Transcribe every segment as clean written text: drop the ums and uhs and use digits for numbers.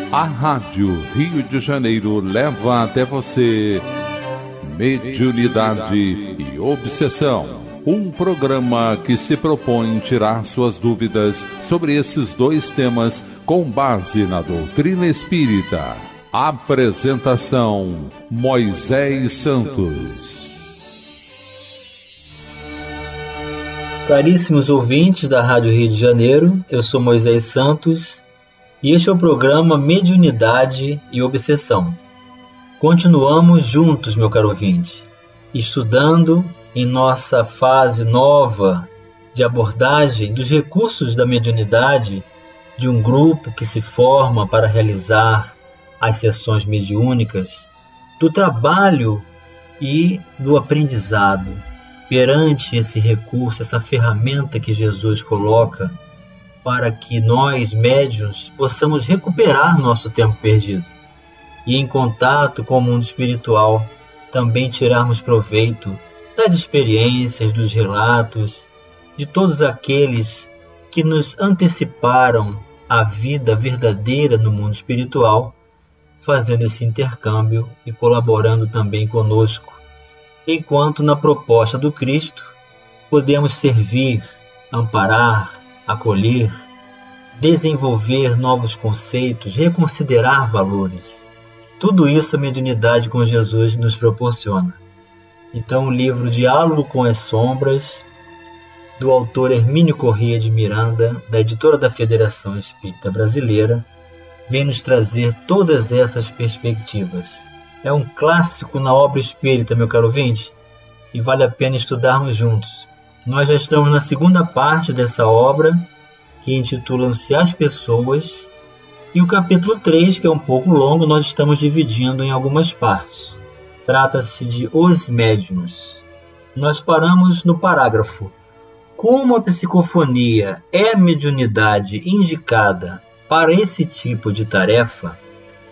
A Rádio Rio de Janeiro leva até você Mediunidade e Obsessão. Um programa que se propõe tirar suas dúvidas sobre esses dois temas com base na doutrina espírita. Apresentação: Moisés Santos. Caríssimos ouvintes da Rádio Rio de Janeiro, eu sou Moisés Santos e este é o programa Mediunidade e Obsessão. Continuamos juntos, meu caro ouvinte, estudando em nossa fase nova de abordagem dos recursos da mediunidade de um grupo que se forma para realizar as sessões mediúnicas, do trabalho e do aprendizado perante esse recurso, essa ferramenta que Jesus coloca para que nós, médiuns, possamos recuperar nosso tempo perdido e, em contato com o mundo espiritual, também tirarmos proveito das experiências, dos relatos, de todos aqueles que nos anteciparam a vida verdadeira no mundo espiritual, fazendo esse intercâmbio e colaborando também conosco, enquanto na proposta do Cristo podemos servir, amparar, acolher, desenvolver novos conceitos, reconsiderar valores. Tudo isso a mediunidade com Jesus nos proporciona. Então o livro Diálogo com as Sombras, do autor Hermínio Corrêa de Miranda, da editora da Federação Espírita Brasileira, vem nos trazer todas essas perspectivas. É um clássico na obra espírita, meu caro ouvinte, e vale a pena estudarmos juntos. Nós já estamos na segunda parte dessa obra, que intitula-se As Pessoas, e o capítulo 3, que é um pouco longo, nós estamos dividindo em algumas partes. Trata-se de Os Médiuns. Nós paramos no parágrafo: como a psicofonia é a mediunidade indicada para esse tipo de tarefa,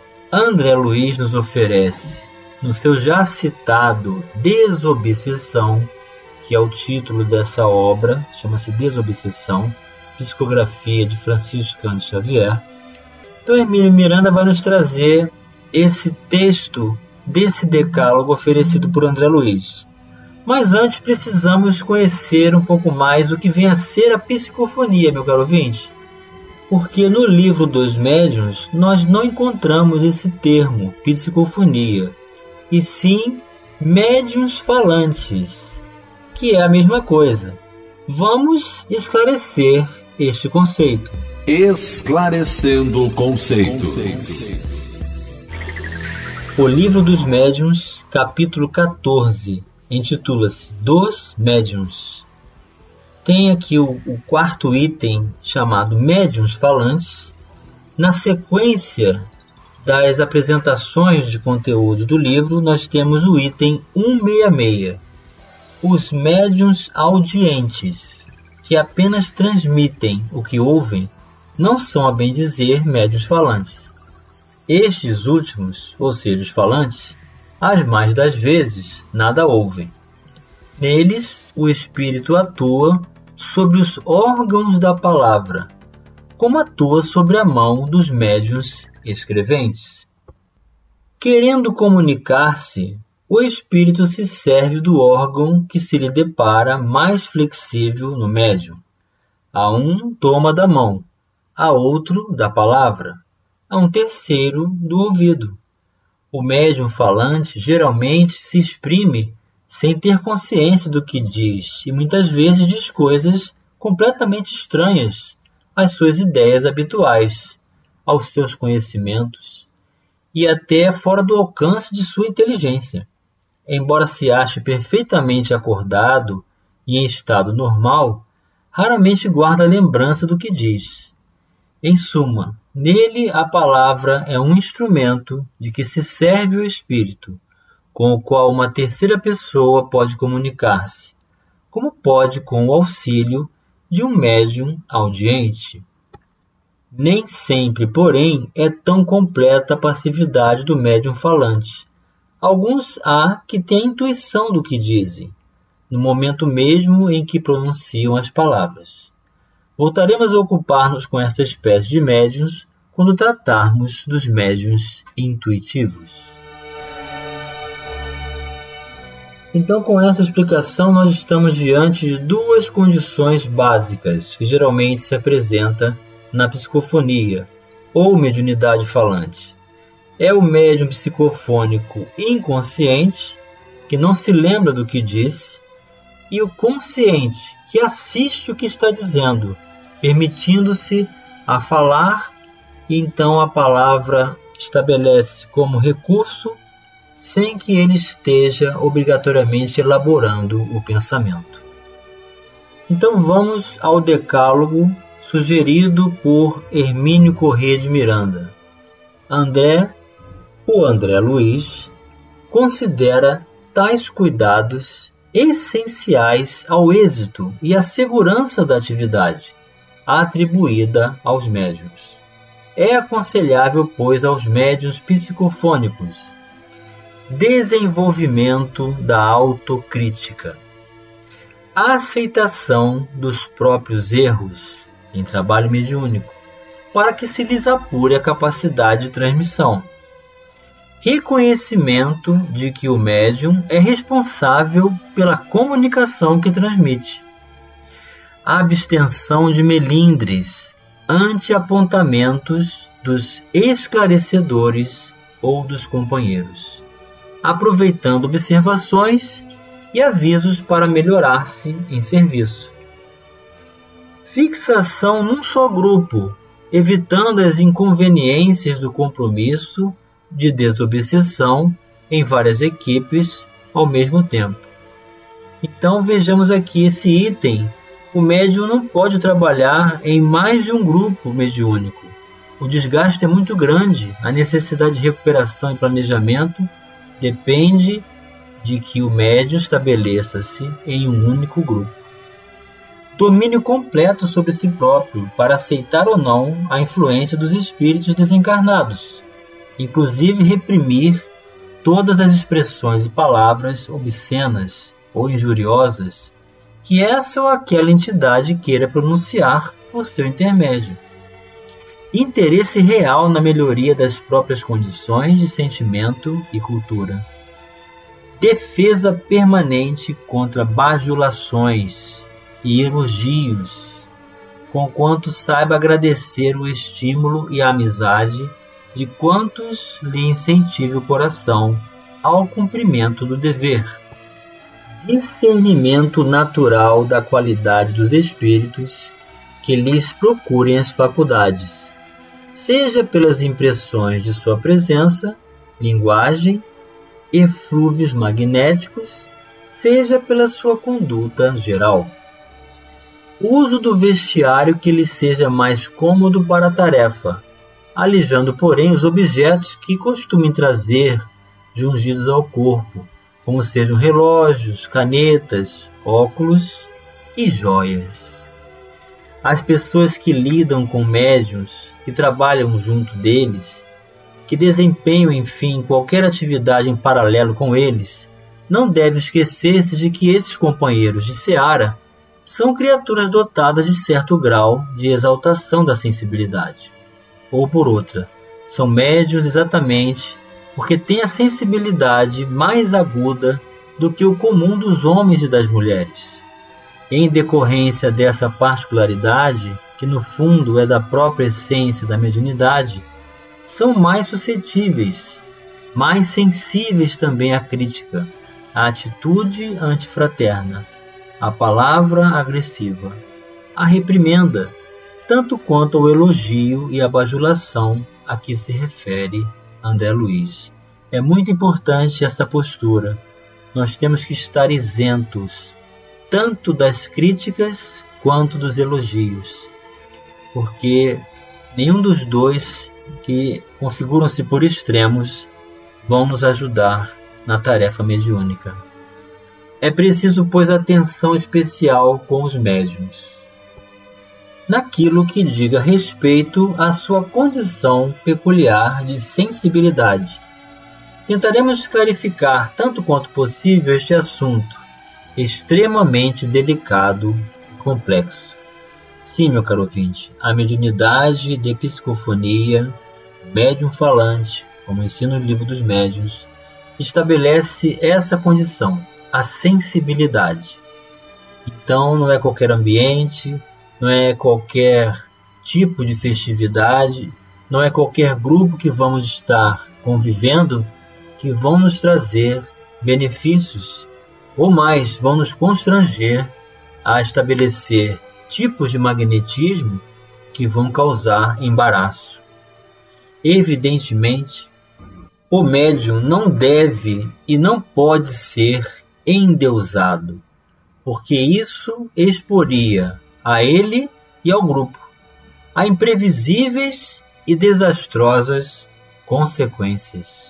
André Luiz nos oferece, no seu já citado Desobsessão, que é o título dessa obra, chama-se Desobsessão, psicografia de Francisco Cândido Xavier. Então Hermínio Miranda vai nos trazer esse texto desse decálogo oferecido por André Luiz. Mas antes precisamos conhecer um pouco mais o que vem a ser a psicofonia, meu caro ouvinte. Porque no livro dos médiuns nós não encontramos esse termo, psicofonia, e sim médiuns falantes, que é a mesma coisa. Vamos esclarecer este conceito. Esclarecendo conceitos. O livro dos médiuns, capítulo 14, intitula-se Dos Médiuns. Tem aqui o quarto item, chamado Médiuns Falantes. Na sequência das apresentações de conteúdo do livro, nós temos o item 166, os médiuns audientes, que apenas transmitem o que ouvem, não são, a bem dizer, médiuns falantes. Estes últimos, ou seja, os falantes, as mais das vezes, nada ouvem. Neles, o espírito atua sobre os órgãos da palavra, como atua sobre a mão dos médiuns escreventes. Querendo comunicar-se, o espírito se serve do órgão que se lhe depara mais flexível no médium. A um toma da mão, a outro da palavra, a um terceiro do ouvido. O médium falante geralmente se exprime sem ter consciência do que diz e muitas vezes diz coisas completamente estranhas às suas ideias habituais, aos seus conhecimentos e até fora do alcance de sua inteligência. Embora se ache perfeitamente acordado e em estado normal, raramente guarda lembrança do que diz. Em suma, nele a palavra é um instrumento de que se serve o espírito, com o qual uma terceira pessoa pode comunicar-se, como pode com o auxílio de um médium audiente. Nem sempre, porém, é tão completa a passividade do médium falante. Alguns há que têm intuição do que dizem, no momento mesmo em que pronunciam as palavras. Voltaremos a ocupar-nos com esta espécie de médiuns quando tratarmos dos médiuns intuitivos. Então, com essa explicação, nós estamos diante de duas condições básicas que geralmente se apresentam na psicofonia ou mediunidade falante. É o médium psicofônico inconsciente, que não se lembra do que disse, e o consciente, que assiste o que está dizendo, permitindo-se a falar, e então a palavra estabelece como recurso, sem que ele esteja obrigatoriamente elaborando o pensamento. Então vamos ao decálogo sugerido por Hermínio Corrêa de Miranda. O André Luiz considera tais cuidados essenciais ao êxito e à segurança da atividade atribuída aos médiuns. É aconselhável, pois, aos médiuns psicofônicos desenvolvimento da autocrítica, a aceitação dos próprios erros em trabalho mediúnico, para que se lhes apure a capacidade de transmissão, reconhecimento de que o médium é responsável pela comunicação que transmite, abstenção de melindres ante apontamentos dos esclarecedores ou dos companheiros, aproveitando observações e avisos para melhorar-se em serviço. Fixação num só grupo, evitando as inconveniências do compromisso de desobsessão em várias equipes ao mesmo tempo. Então vejamos aqui esse item. O médium não pode trabalhar em mais de um grupo mediúnico. O desgaste é muito grande, a necessidade de recuperação e planejamento depende de que o médium estabeleça-se em um único grupo. Domínio completo sobre si próprio para aceitar ou não a influência dos espíritos desencarnados, inclusive reprimir todas as expressões e palavras obscenas ou injuriosas que essa ou aquela entidade queira pronunciar por seu intermédio. Interesse real na melhoria das próprias condições de sentimento e cultura. Defesa permanente contra bajulações e elogios, conquanto saiba agradecer o estímulo e a amizade de quantos lhe incentive o coração ao cumprimento do dever. Discernimento natural da qualidade dos espíritos que lhes procurem as faculdades, seja pelas impressões de sua presença, linguagem, eflúvios magnéticos, seja pela sua conduta geral. Uso do vestiário que lhe seja mais cômodo para a tarefa, alijando, porém, os objetos que costumem trazer jungidos ao corpo, como sejam relógios, canetas, óculos e joias. As pessoas que lidam com médiuns, que trabalham junto deles, que desempenham, enfim, qualquer atividade em paralelo com eles, não devem esquecer-se de que esses companheiros de seara são criaturas dotadas de certo grau de exaltação da sensibilidade. Ou por outra, são médiuns exatamente porque têm a sensibilidade mais aguda do que o comum dos homens e das mulheres. Em decorrência dessa particularidade, que no fundo é da própria essência da mediunidade, são mais suscetíveis, mais sensíveis também à crítica, à atitude antifraterna, à palavra agressiva, à reprimenda, tanto quanto ao elogio e à bajulação a que se refere André Luiz. É muito importante essa postura. Nós temos que estar isentos tanto das críticas quanto dos elogios, porque nenhum dos dois que configuram-se por extremos vão nos ajudar na tarefa mediúnica. É preciso, pois, atenção especial com os médiuns, naquilo que diga respeito à sua condição peculiar de sensibilidade. Tentaremos clarificar tanto quanto possível este assunto, extremamente delicado e complexo. Sim, meu caro ouvinte, a mediunidade de psicofonia, médium falante, como ensina o Livro dos Médiuns, estabelece essa condição, a sensibilidade. Então, não é qualquer ambiente, não é qualquer tipo de festividade, não é qualquer grupo que vamos estar convivendo que vão nos trazer benefícios, ou mais, vão nos constranger a estabelecer tipos de magnetismo que vão causar embaraço. Evidentemente, o médium não deve e não pode ser endeusado, porque isso exporia a ele e ao grupo a imprevisíveis e desastrosas consequências.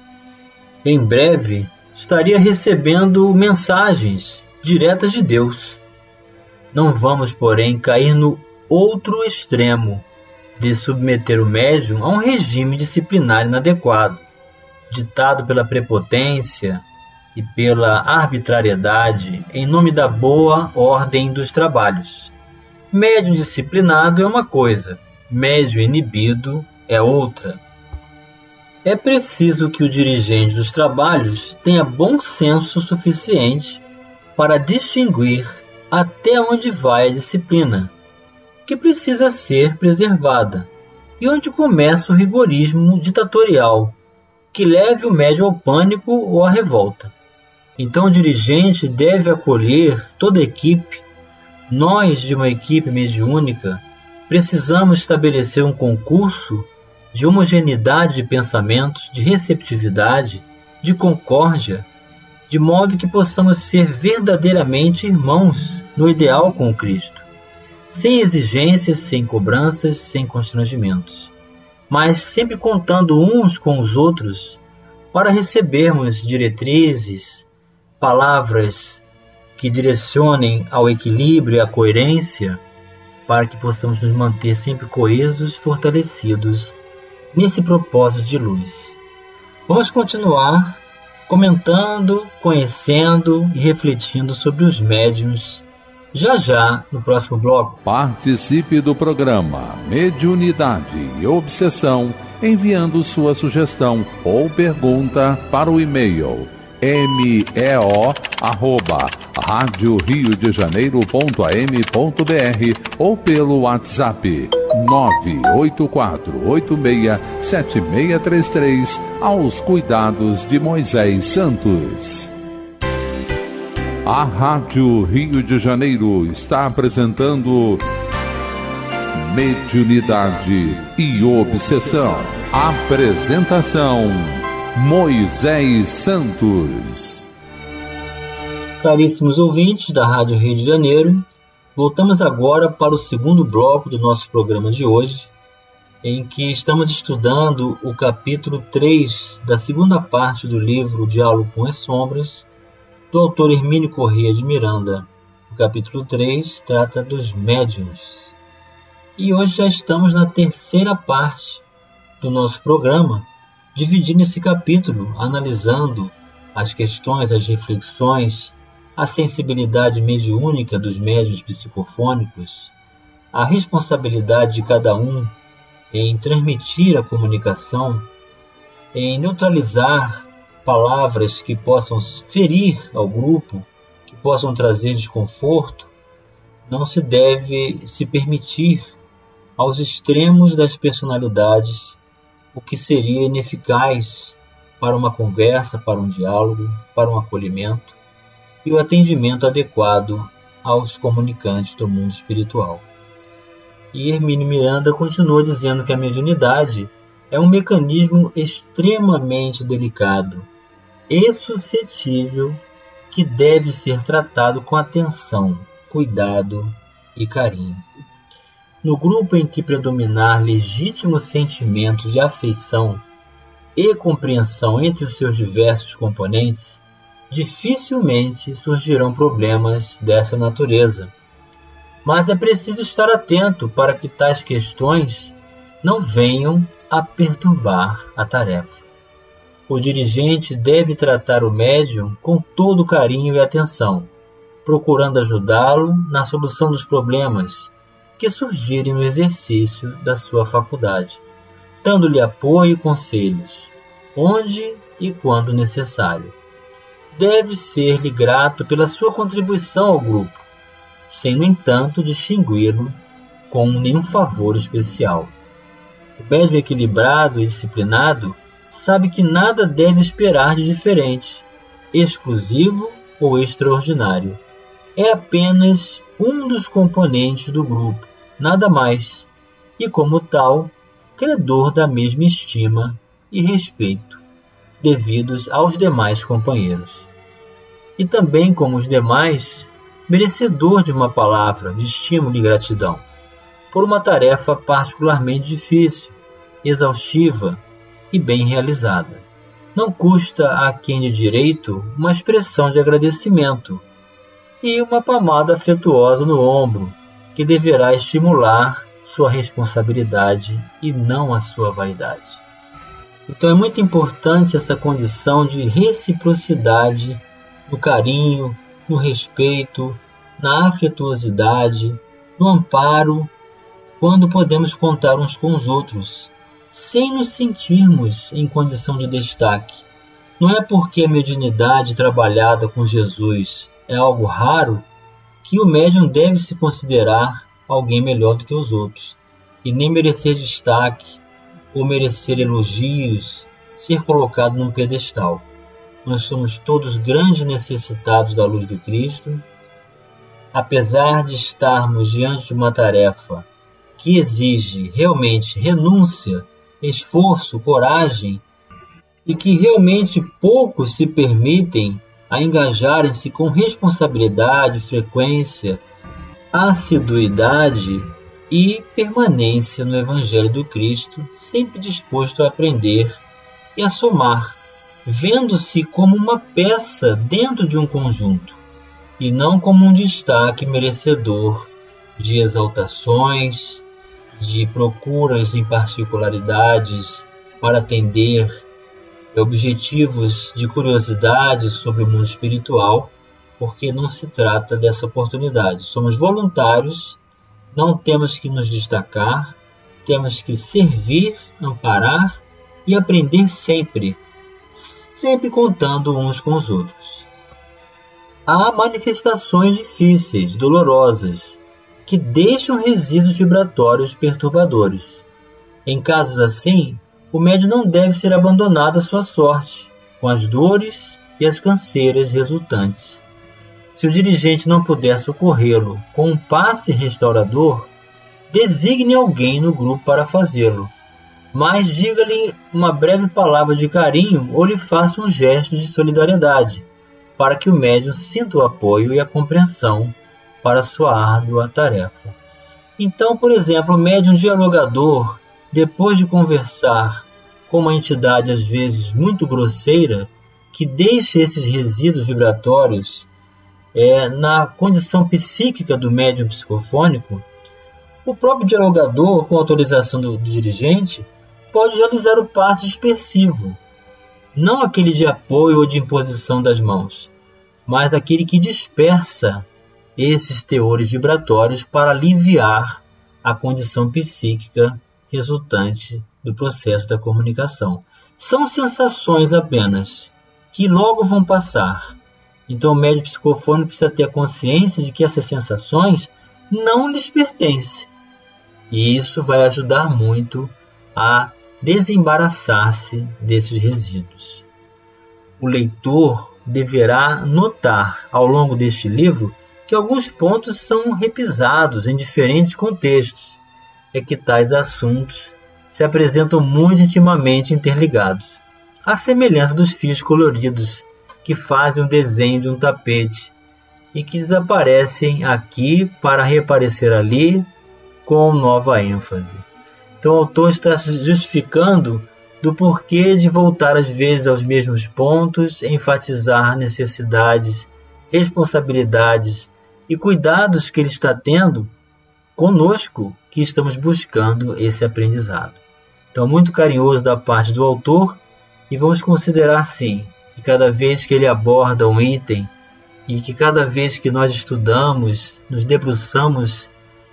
Em breve, estaria recebendo mensagens diretas de Deus. Não vamos, porém, cair no outro extremo de submeter o médium a um regime disciplinar inadequado, ditado pela prepotência e pela arbitrariedade em nome da boa ordem dos trabalhos. Médium disciplinado é uma coisa, médium inibido é outra. É preciso que o dirigente dos trabalhos tenha bom senso suficiente para distinguir até onde vai a disciplina, que precisa ser preservada, e onde começa o rigorismo ditatorial, que leve o médium ao pânico ou à revolta. Então o dirigente deve acolher toda a equipe. Nós, de uma equipe mediúnica, precisamos estabelecer um concurso de homogeneidade de pensamentos, de receptividade, de concórdia, de modo que possamos ser verdadeiramente irmãos no ideal com o Cristo, sem exigências, sem cobranças, sem constrangimentos, mas sempre contando uns com os outros para recebermos diretrizes, palavras que direcionem ao equilíbrio e à coerência, para que possamos nos manter sempre coesos e fortalecidos nesse propósito de luz. Vamos continuar comentando, conhecendo e refletindo sobre os médiuns já no próximo bloco. Participe do programa Mediunidade e Obsessão enviando sua sugestão ou pergunta para o e-mail meo@radioriodejaneiro.am.br ou pelo WhatsApp 984867633 aos cuidados de Moisés Santos. A Rádio Rio de Janeiro está apresentando Mediunidade e Obsessão. Apresentação Moisés Santos. Caríssimos ouvintes da Rádio Rio de Janeiro, voltamos agora para o segundo bloco do nosso programa de hoje, em que estamos estudando o capítulo 3 da segunda parte do livro Diálogo com as Sombras, do autor Hermínio Corrêa de Miranda. O capítulo 3 trata dos médiuns. E hoje já estamos na terceira parte do nosso programa, dividindo esse capítulo, analisando as questões, as reflexões, a sensibilidade mediúnica dos médiuns psicofônicos, a responsabilidade de cada um em transmitir a comunicação, em neutralizar palavras que possam ferir ao grupo, que possam trazer desconforto. Não se deve se permitir aos extremos das personalidades, o que seria ineficaz para uma conversa, para um diálogo, para um acolhimento e o atendimento adequado aos comunicantes do mundo espiritual. E Hermínio Miranda continua dizendo que a mediunidade é um mecanismo extremamente delicado e suscetível que deve ser tratado com atenção, cuidado e carinho. No grupo em que predominar legítimos sentimentos de afeição e compreensão entre os seus diversos componentes, dificilmente surgirão problemas dessa natureza. Mas é preciso estar atento para que tais questões não venham a perturbar a tarefa. O dirigente deve tratar o médium com todo carinho e atenção, procurando ajudá-lo na solução dos problemas, que surgirem no exercício da sua faculdade, dando-lhe apoio e conselhos, onde e quando necessário. Deve ser-lhe grato pela sua contribuição ao grupo, sem, no entanto, distingui-lo com nenhum favor especial. O médium equilibrado e disciplinado sabe que nada deve esperar de diferente, exclusivo ou extraordinário. É apenas um dos componentes do grupo, nada mais, e como tal, credor da mesma estima e respeito devidos aos demais companheiros. E também, como os demais, merecedor de uma palavra de estímulo e gratidão, por uma tarefa particularmente difícil, exaustiva e bem realizada. Não custa a quem de direito uma expressão de agradecimento e uma palmada afetuosa no ombro, que deverá estimular sua responsabilidade e não a sua vaidade. Então é muito importante essa condição de reciprocidade no carinho, no respeito, na afetuosidade, no amparo, quando podemos contar uns com os outros, sem nos sentirmos em condição de destaque. Não é porque a mediunidade trabalhada com Jesus é algo raro que o médium deve se considerar alguém melhor do que os outros, e nem merecer destaque ou merecer elogios, ser colocado num pedestal. Nós somos todos grandes necessitados da luz do Cristo. Apesar de estarmos diante de uma tarefa que exige realmente renúncia, esforço, coragem, e que realmente poucos se permitem a engajarem-se com responsabilidade, frequência, assiduidade e permanência no Evangelho do Cristo, sempre disposto a aprender e a somar, vendo-se como uma peça dentro de um conjunto, e não como um destaque merecedor de exaltações, de procuras em particularidades para atender objetivos de curiosidade sobre o mundo espiritual, porque não se trata dessa oportunidade. Somos voluntários, não temos que nos destacar, temos que servir, amparar e aprender sempre contando uns com os outros. Há manifestações difíceis, dolorosas, que deixam resíduos vibratórios perturbadores. Em casos assim, o médium não deve ser abandonado à sua sorte, com as dores e as canseiras resultantes. Se o dirigente não puder socorrê-lo com um passe restaurador, designe alguém no grupo para fazê-lo, mas diga-lhe uma breve palavra de carinho ou lhe faça um gesto de solidariedade, para que o médium sinta o apoio e a compreensão para sua árdua tarefa. Então, por exemplo, o médium dialogador, depois de conversar com uma entidade às vezes muito grosseira, que deixa esses resíduos vibratórios na condição psíquica do médium psicofônico, o próprio dialogador, com autorização do dirigente, pode realizar o passe dispersivo, não aquele de apoio ou de imposição das mãos, mas aquele que dispersa esses teores vibratórios para aliviar a condição psíquica resultante do processo da comunicação. São sensações apenas, que logo vão passar. Então o médium psicofônico precisa ter consciência de que essas sensações não lhes pertencem. E isso vai ajudar muito a desembaraçar-se desses resíduos. O leitor deverá notar ao longo deste livro que alguns pontos são repisados em diferentes contextos, é que tais assuntos se apresentam muito intimamente interligados, à semelhança dos fios coloridos que fazem o desenho de um tapete e que desaparecem aqui para reaparecer ali com nova ênfase. Então o autor está se justificando do porquê de voltar às vezes aos mesmos pontos, enfatizar necessidades, responsabilidades e cuidados que ele está tendo conosco, que estamos buscando esse aprendizado. Então, muito carinhoso da parte do autor, e vamos considerar sim, que cada vez que ele aborda um item, e que cada vez que nós estudamos, nos debruçamos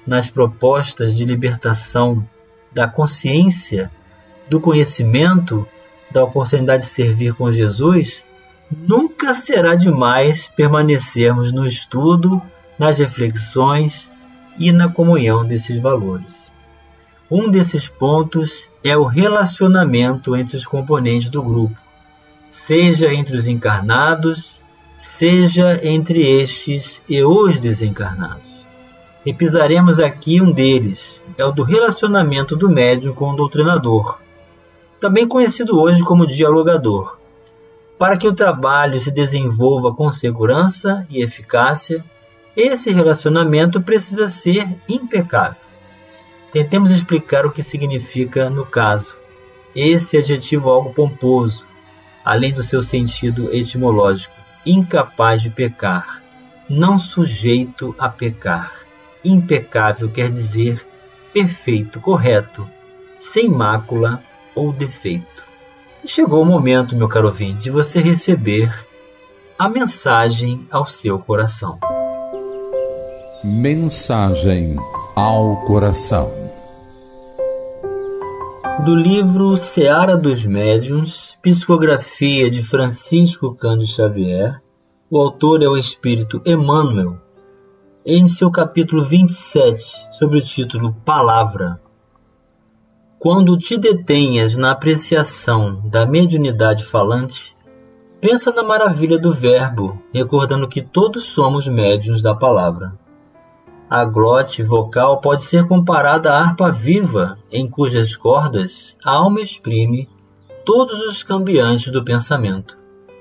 nas propostas de libertação da consciência, do conhecimento, da oportunidade de servir com Jesus, nunca será demais permanecermos no estudo, nas reflexões e na comunhão desses valores. Um desses pontos é o relacionamento entre os componentes do grupo, seja entre os encarnados, seja entre estes e os desencarnados. Repisaremos aqui um deles, é o do relacionamento do médium com o doutrinador, também conhecido hoje como dialogador. Para que o trabalho se desenvolva com segurança e eficácia, esse relacionamento precisa ser impecável. Tentemos explicar o que significa no caso. Esse adjetivo algo pomposo, além do seu sentido etimológico, incapaz de pecar, não sujeito a pecar. Impecável quer dizer perfeito, correto, sem mácula ou defeito. E chegou o momento, meu caro ouvinte, de você receber a mensagem ao seu coração. Mensagem ao coração. Do livro Seara dos Médiuns, psicografia de Francisco Cândido Xavier, o autor é o Espírito Emmanuel, em seu capítulo 27, sob o título Palavra. Quando te detenhas na apreciação da mediunidade falante, pensa na maravilha do verbo, recordando que todos somos médiuns da palavra. A glote vocal pode ser comparada à harpa viva, em cujas cordas a alma exprime todos os cambiantes do pensamento.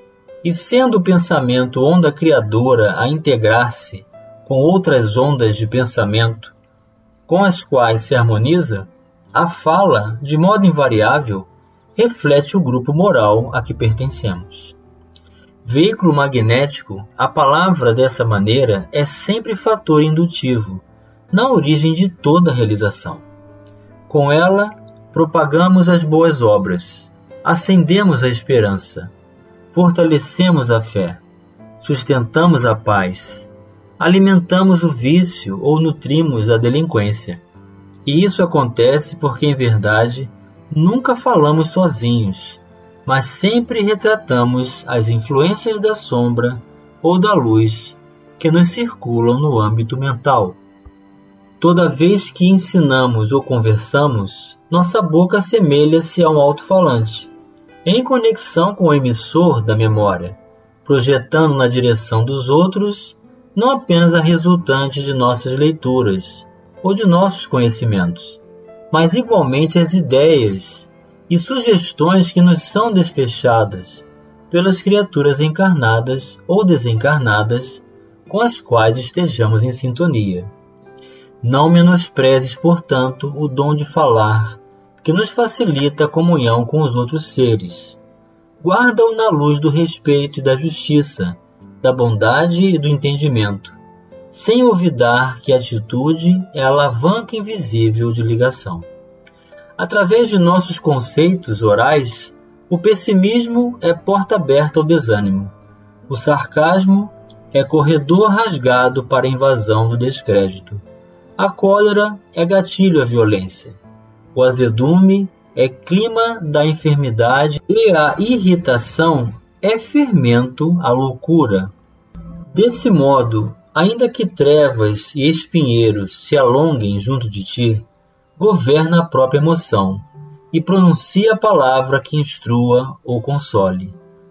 E sendo o pensamento onda criadora a integrar-se com outras ondas de pensamento, com as quais se harmoniza, a fala, de modo invariável, reflete o grupo moral a que pertencemos. Veículo magnético, a palavra dessa maneira é sempre fator indutivo, na origem de toda realização. Com ela, propagamos as boas obras, acendemos a esperança, fortalecemos a fé, sustentamos a paz, alimentamos o vício ou nutrimos a delinquência. E isso acontece porque, em verdade, nunca falamos sozinhos, mas sempre retratamos as influências da sombra ou da luz que nos circulam no âmbito mental. Toda vez que ensinamos ou conversamos, nossa boca assemelha-se a um alto-falante, em conexão com o emissor da memória, projetando na direção dos outros não apenas a resultante de nossas leituras ou de nossos conhecimentos, mas igualmente as ideias e sugestões que nos são desfechadas pelas criaturas encarnadas ou desencarnadas com as quais estejamos em sintonia. Não menosprezes, portanto, o dom de falar, que nos facilita a comunhão com os outros seres. Guarda-o na luz do respeito e da justiça, da bondade e do entendimento, sem olvidar que a atitude é a alavanca invisível de ligação. Através de nossos conceitos orais, o pessimismo é porta aberta ao desânimo. O sarcasmo é corredor rasgado para a invasão do descrédito. A cólera é gatilho à violência. O azedume é clima da enfermidade e a irritação é fermento à loucura. Desse modo, ainda que trevas e espinheiros se alonguem junto de ti, governa a própria emoção e pronuncia a palavra que instrua ou console,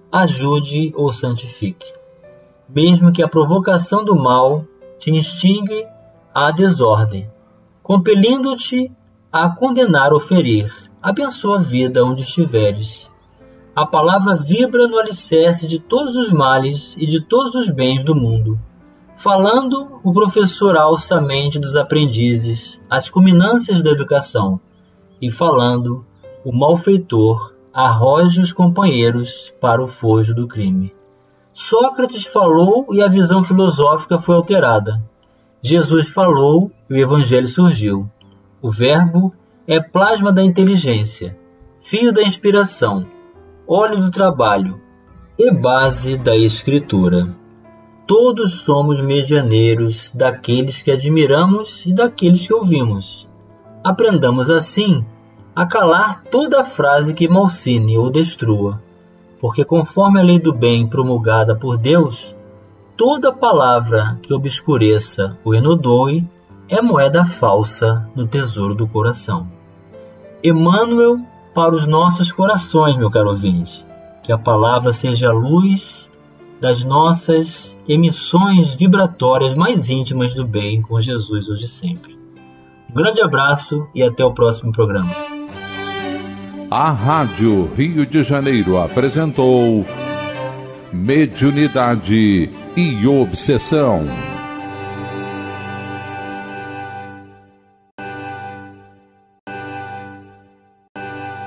ajude ou santifique. Mesmo que a provocação do mal te instigue à desordem, compelindo-te a condenar ou ferir, abençoa a vida onde estiveres. A palavra vibra no alicerce de todos os males e de todos os bens do mundo. Falando, o professor alça a mente dos aprendizes às culminâncias da educação, e falando, o malfeitor arroja os companheiros para o fojo do crime. Sócrates falou e a visão filosófica foi alterada. Jesus falou e o evangelho surgiu. O verbo é plasma da inteligência, fio da inspiração, óleo do trabalho e base da escritura. todos somos medianeiros daqueles que admiramos e daqueles que ouvimos. Aprendamos assim a calar toda a frase que malsine ou destrua, porque conforme a lei do bem promulgada por Deus, toda palavra que obscureça ou enodoe é moeda falsa no tesouro do coração. Emmanuel para os nossos corações, meu caro ouvinte, que a palavra seja a luz das nossas emissões vibratórias mais íntimas do bem com Jesus hoje e sempre. Um grande abraço e até o próximo programa. A Rádio Rio de Janeiro apresentou Mediunidade e Obsessão.